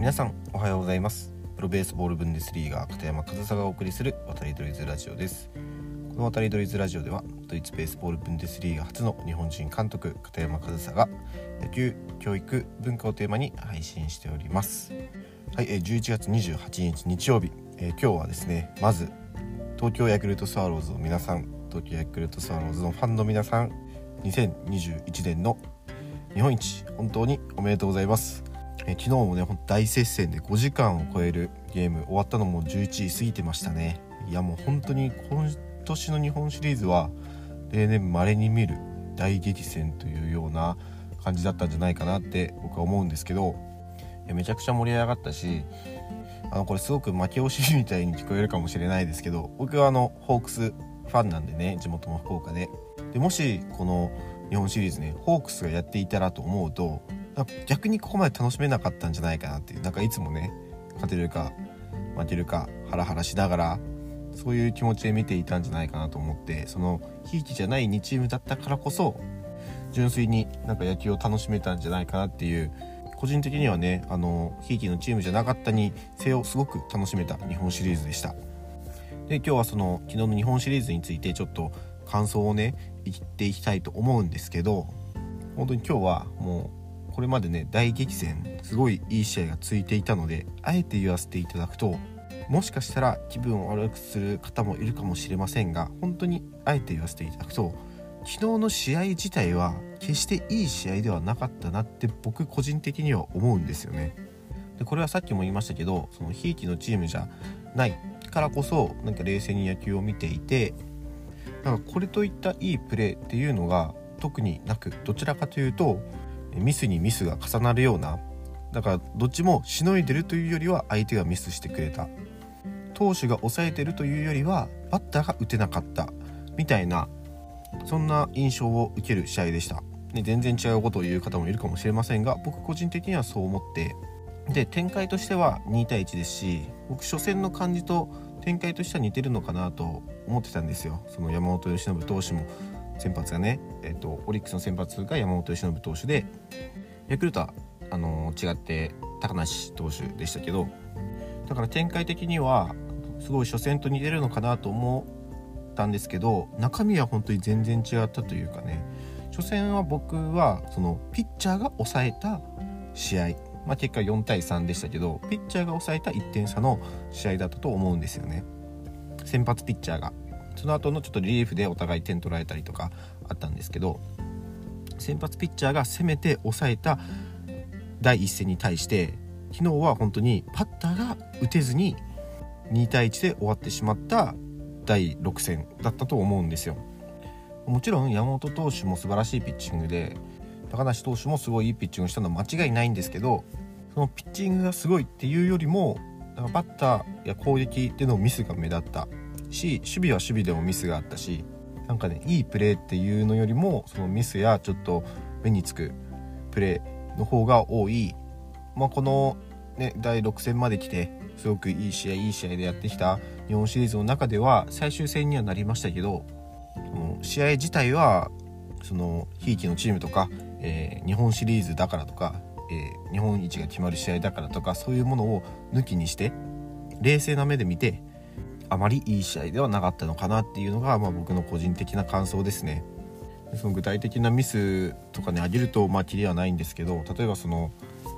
皆さんおはようございます。プロベースボールブンデスリーガ片山和沙がお送りする渡りドリズラジオです。この渡りドリズラジオではドイツベースボールブンデスリーガ初の日本人監督片山和沙が野球、教育、文化をテーマに配信しております。はい、11月28日日曜日、今日はですね、まず東京ヤクルトスワローズの皆さん、東京ヤクルトスワローズのファンの皆さん、2021年の日本一本当におめでとうございます。昨日もね、大接戦で5時間を超えるゲーム終わったのも11時過ぎてましたね。いやもう本当に今年の日本シリーズは例年稀に見る大激戦というような感じだったんじゃないかなって僕は思うんですけど、めちゃくちゃ盛り上がったし、これすごく負け惜しみみたいに聞こえるかもしれないですけど、僕はホークスファンなんでね、地元の福岡でもしこの日本シリーズね、ホークスがやっていたらと思うと、逆にここまで楽しめなかったんじゃないかなっていう、いつもね、勝てるか負けるかハラハラしながらそういう気持ちで見ていたんじゃないかなと思って、そのひいきじゃない2チームだったからこそ純粋に野球を楽しめたんじゃないかなっていう、個人的にはね、ひいきのチームじゃなかったにせよすごく楽しめた日本シリーズでした。で、今日はその昨日の日本シリーズについてちょっと感想をね言っていきたいと思うんですけど、本当に今日はもうこれまでね、大激戦、すごいいい試合が続いていたので、あえて言わせていただくと、もしかしたら気分を悪くする方もいるかもしれませんが、本当にあえて言わせていただくと、昨日の試合自体は決していい試合ではなかったなって僕個人的には思うんですよね。で、これはさっきも言いましたけど、そのひいきのチームじゃないからこそ冷静に野球を見ていて、これといったいいプレーっていうのが特になく、どちらかというとミスにミスが重なるような、どっちもしのいでるというよりは相手がミスしてくれた、投手が抑えてるというよりはバッターが打てなかったみたいな、そんな印象を受ける試合でした。で、全然違うことを言う方もいるかもしれませんが、僕個人的にはそう思って、で展開としては2対1ですし、僕初戦の感じと展開としては似てるのかなと思ってたんですよ。その山本由伸投手も先発がね、オリックスの先発が山本由伸投手で、ヤクルトは違って高梨投手でしたけど、だから展開的にはすごい初戦と似てるのかなと思ったんですけど、中身は本当に全然違ったというかね、初戦は僕はそのピッチャーが抑えた試合、結果4対3でしたけど、ピッチャーが抑えた1点差の試合だったと思うんですよね。先発ピッチャーが、その後のちょっとリリーフでお互い点取られたりとかあったんですけど、先発ピッチャーが攻めて抑えた第一戦に対して、昨日は本当にバッターが打てずに2対1で終わってしまった第6戦だったと思うんですよ。もちろん山本投手も素晴らしいピッチングで、高梨投手もすごいいいピッチングをしたのは間違いないんですけど、そのピッチングがすごいっていうよりも、バッターや攻撃でのミスが目立ったし、守備は守備でもミスがあったし、いいプレーっていうのよりも、そのミスやちょっと目につくプレーの方が多い、この、第6戦まで来てすごくいい試合でやってきた日本シリーズの中では最終戦にはなりましたけど、その試合自体はそのひいきのチームとか、日本シリーズだからとか、日本一が決まる試合だからとか、そういうものを抜きにして冷静な目で見て、あまりいい試合ではなかったのかなっていうのが、僕の個人的な感想ですね。その具体的なミスとかね挙げるとキリはないんですけど、例えばその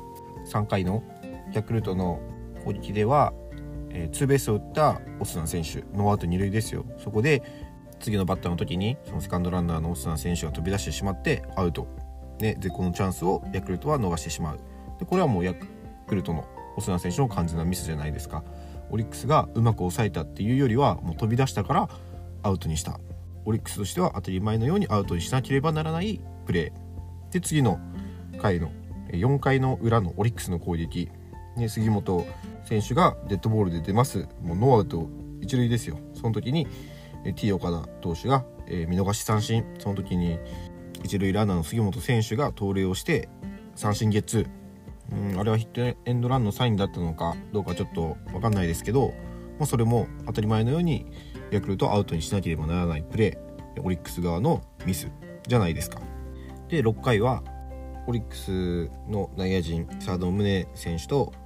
3回のヤクルトの攻撃では、ツーベースを打ったオスナ選手、ノーアウト2塁ですよ。そこで次のバッターの時にそのセカンドランナーのオスナ選手が飛び出してしまってアウトで、絶好のチャンスをヤクルトは逃してしまう。で、これはもうヤクルトのオスナ選手の完全なミスじゃないですか。オリックスがうまく抑えたっていうよりは、もう飛び出したからアウトにした。オリックスとしては当たり前のようにアウトにしなければならないプレーで、次の回の4回の裏のオリックスの攻撃、杉本選手がデッドボールで出ます。もうノーアウト一塁ですよ。その時に T 岡田投手が見逃し三振、その時に一塁ランナーの杉本選手が盗塁をして三振ゲッツー、あれはヒットエンドランのサインだったのかどうかちょっと分かんないですけど、それも当たり前のようにヤクルトをアウトにしなければならないプレー、オリックス側のミスじゃないですか。で、6回はオリックスの内野陣、サードの宗選手と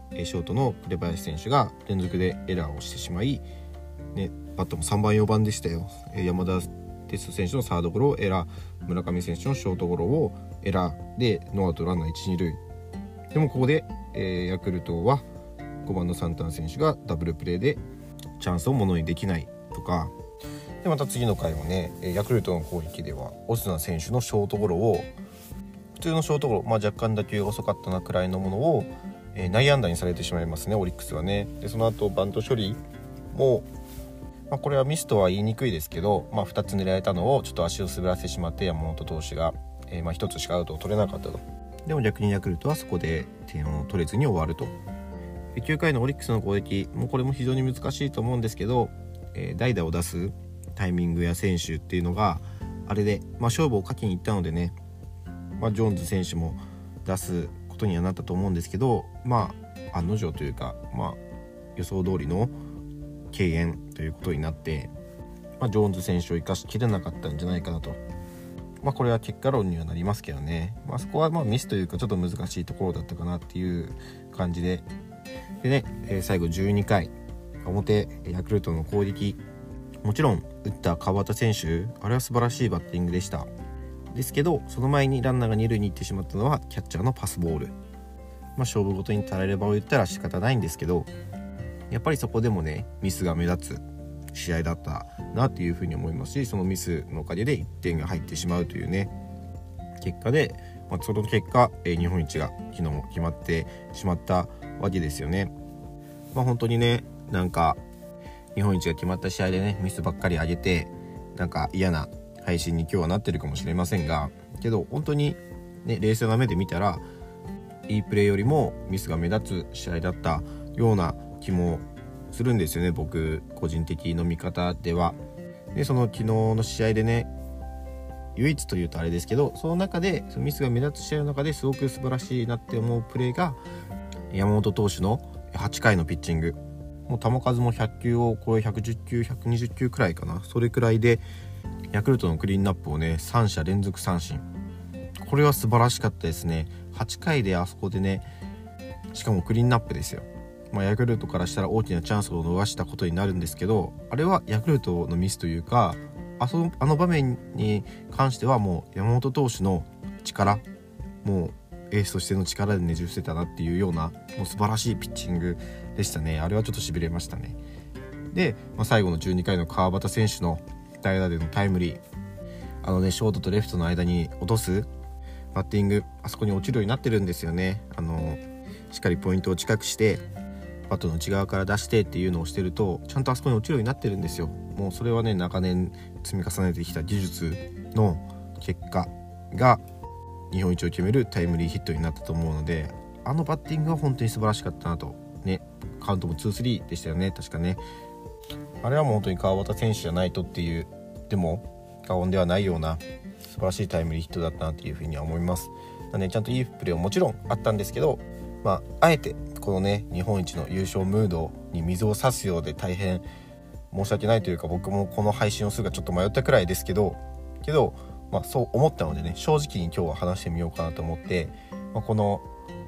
ショートの紅林選手が連続でエラーをしてしまい、バッターも3番4番でしたよ。山田哲人選手のサードゴロをエラー、村上選手のショートゴロをエラーでノーアウトランナー 1,2 塁でもここで、ヤクルトは5番のサンタナ選手がダブルプレーでチャンスをものにできないとかで、また次の回もねヤクルトの攻撃ではオスナ選手のショートゴロを普通のショートゴロ、若干打球が遅かったなくらいのものを、内野安打にされてしまいますね、オリックスはね。でその後バント処理も、これはミスとは言いにくいですけど、2つ狙えたのをちょっと足を滑らせてしまって山本投手が、1つしかアウトを取れなかったと。でも逆にヤクルトはそこで点を取れずに終わると。9回のオリックスの攻撃もこれも非常に難しいと思うんですけど、代打を出すタイミングや選手っていうのがあれで、勝負をかけに行ったのでね、ジョーンズ選手も出すことにはなったと思うんですけど、案の定というか、予想通りの敬遠ということになって、ジョーンズ選手を生かしきれなかったんじゃないかなと。これは結果論にはなりますけどね、そこはミスというかちょっと難しいところだったかなっていう感じでね、最後12回表ヤクルトの攻撃、もちろん打った川端選手、あれは素晴らしいバッティングでしたですけど、その前にランナーが2塁に行ってしまったのはキャッチャーのパスボール。勝負ごとにたらればを言ったら仕方ないんですけど、やっぱりそこでもねミスが目立つ試合だったなっていうふうに思いますし、そのミスのおかげで1点が入ってしまうというね結果で、その結果、日本一が昨日も決まってしまったわけですよね。本当にね、なんか日本一が決まった試合でねミスばっかり上げてなんか嫌な配信に今日はなってるかもしれませんが、けど本当にね冷静な目で見たらいいプレーよりもミスが目立つ試合だったような気もするんですよね、僕個人的の見方では。でその昨日の試合でね唯一というとあれですけど、その中でそのミスが目立つ試合の中ですごく素晴らしいなって思うプレーが山本投手の8回のピッチング。もう球数も100球を超え110球120球くらいかな、それくらいでヤクルトのクリーンナップをね3者連続三振、これは素晴らしかったですね。8回であそこでね、しかもクリーンナップですよ。ヤクルトからしたら大きなチャンスを逃したことになるんですけど、あれはヤクルトのミスというか、あの場面に関してはもう山本投手の力、もうエースとしての力でねじ伏せたなっていうようなもう素晴らしいピッチングでしたね。あれはちょっと痺れましたね。で、最後の12回の川端選手の代打でのタイムリー、ショートとレフトの間に落とすバッティング、あそこに落ちるようになってるんですよね。しっかりポイントを近くしてバットの内側から出してっていうのをしてるとちゃんとあそこに落ちるようになってるんですよ。もうそれはね長年積み重ねてきた技術の結果が日本一を決めるタイムリーヒットになったと思うので、あのバッティングは本当に素晴らしかったなとね。カウントも 2-3 でしたよね確かね。あれはもう本当に川端選手じゃないとっていうでも過言ではないような素晴らしいタイムリーヒットだったなっていうふうには思います。ちゃんといいプレーはもちろんあったんですけど、あえてこのね日本一の優勝ムードに水を差すようで大変申し訳ないというか、僕もこの配信をするかちょっと迷ったくらいですけどそう思ったのでね、正直に今日は話してみようかなと思って、この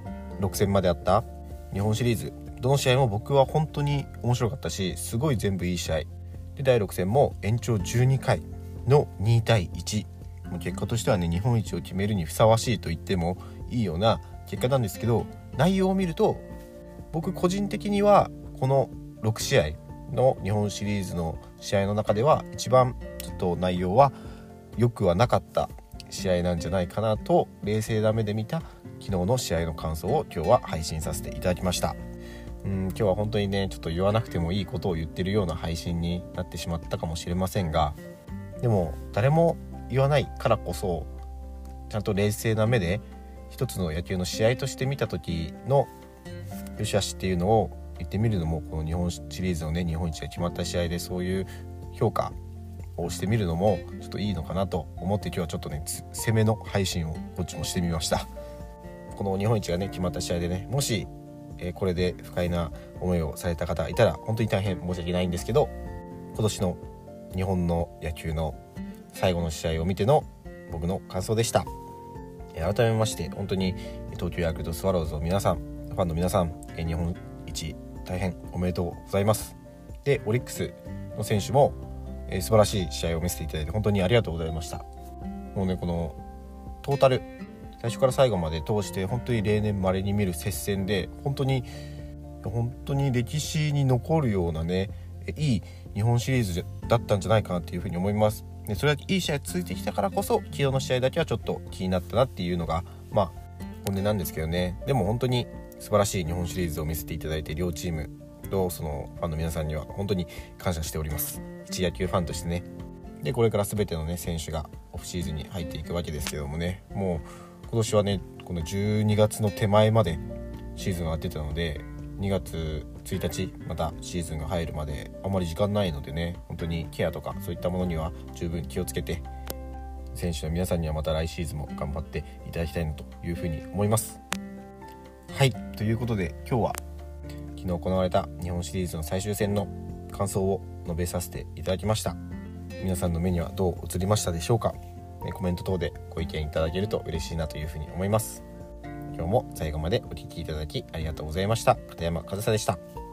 6戦まであった日本シリーズどの試合も僕は本当に面白かったし、すごい全部いい試合で、第6戦も延長12回の2対1、結果としてはね日本一を決めるにふさわしいと言ってもいいような結果なんですけど、内容を見ると僕個人的にはこの6試合の日本シリーズの試合の中では一番ちょっと内容は良くはなかった試合なんじゃないかなと、冷静な目で見た昨日の試合の感想を今日は配信させていただきました。今日は本当にねちょっと言わなくてもいいことを言ってるような配信になってしまったかもしれませんが、でも誰も言わないからこそちゃんと冷静な目で一つの野球の試合として見た時の良し悪しっていうのを言ってみるのも、この日本シリーズのね日本一が決まった試合でそういう評価をしてみるのもちょっといいのかなと思って、今日はちょっとね攻めの配信をこっちもしてみました。この日本一がね決まった試合でね、もし、これで不快な思いをされた方がいたら本当に大変申し訳ないんですけど、今年の日本の野球の最後の試合を見ての僕の感想でした。改めまして本当に東京ヤクルトスワローズの皆さん、 ファンの皆さん、日本一大変おめでとうございます。でオリックスの選手も、素晴らしい試合を見せていただいて本当にありがとうございました。もうねこのトータル最初から最後まで通して本当に例年稀に見る接戦で本当に歴史に残るようなねいい日本シリーズだったんじゃないかなっていうふうに思います。でそれだけいい試合続いてきたからこそ昨日の試合だけはちょっと気になったなっていうのが本音なんですけどね。でも本当に素晴らしい日本シリーズを見せていただいて両チームとそのファンの皆さんには本当に感謝しております。一野球ファンとしてね。でこれから全てのね選手がオフシーズンに入っていくわけですけどもね、もう今年はねこの12月の手前までシーズンがやってたので2月1日またシーズンが入るまであまり時間ないのでね、本当にケアとかそういったものには十分気をつけて、選手の皆さんにはまた来シーズンも頑張っていただきたいなというふうに思います。はい、ということで今日は昨日行われた日本シリーズの最終戦の感想を述べさせていただきました。皆さんの目にはどう映りましたでしょうか。コメント等でご意見いただけると嬉しいなというふうに思います。今日も最後までお聞きいただきありがとうございました。片山和沙でした。